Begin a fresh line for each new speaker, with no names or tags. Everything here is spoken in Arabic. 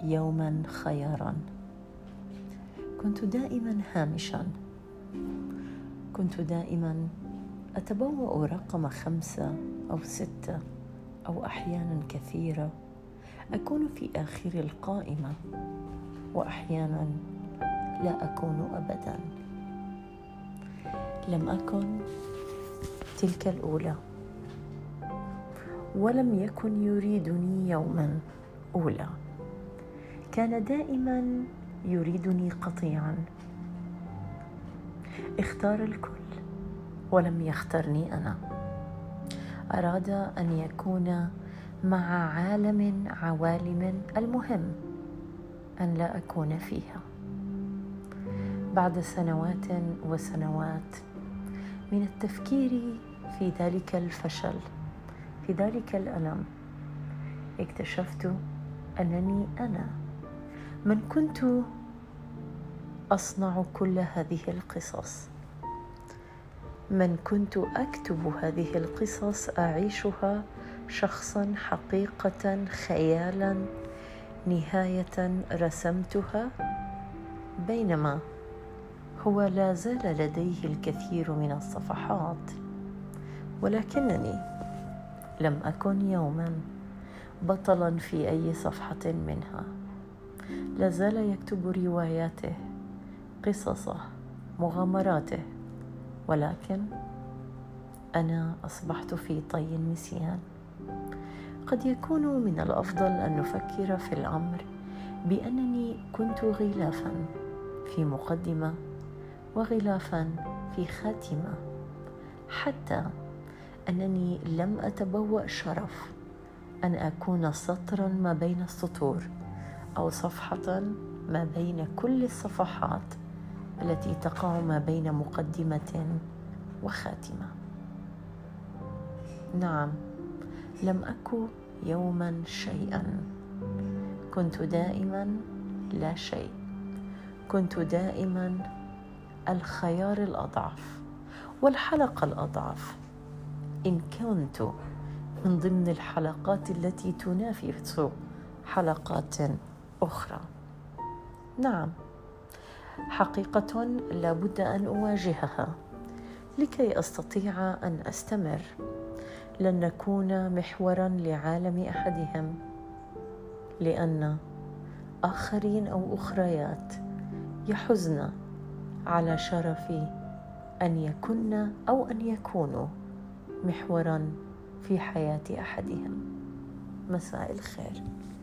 يوما خيارا. كنت دائما هامشا، كنت دائما أتبوأ رقم 5 أو 6، أو أحيانا كثيرة أكون في آخر القائمة، وأحيانا لا أكون أبدا. لم أكن تلك الأولى، ولم يكن يريدني يوما أولى، كان دائما يريدني قطيعا. اختار الكل ولم يخترني أنا. أراد أن يكون مع عالم عوالم، المهم أن لا أكون فيها. بعد سنوات وسنوات من التفكير في ذلك الفشل، في ذلك الألم، اكتشفت أنني أنا من كنت أصنع كل هذه القصص، من كنت أكتب هذه القصص، أعيشها شخصا، حقيقة، خيالا، نهاية رسمتها، بينما هو لا زال لديه الكثير من الصفحات، ولكنني لم أكن يوما بطلا في أي صفحة منها. لا زال يكتب رواياته، قصصه، مغامراته، ولكن أنا أصبحت في طي النسيان. قد يكون من الأفضل أن نفكر في الأمر بأنني كنت غلافا في مقدمة وغلافا في خاتمة، حتى أنني لم أتبوأ شرف أن أكون سطرا ما بين السطور، أو صفحة ما بين كل الصفحات التي تقع ما بين مقدمة وخاتمة. نعم، لم أكن يوما شيئا، كنت دائما لا شيء، كنت دائما الخيار الأضعف والحلقة الأضعف، إن كنت من ضمن الحلقات التي تنافس حلقات أخرى. نعم، حقيقة لا بد أن أواجهها لكي أستطيع أن أستمر. لن نكون محورا لعالم أحدهم، لأن آخرين أو أخريات يحزن على شرفي أن يكن أو أن يكونوا محورا في حياة أحدهم. مساء الخير.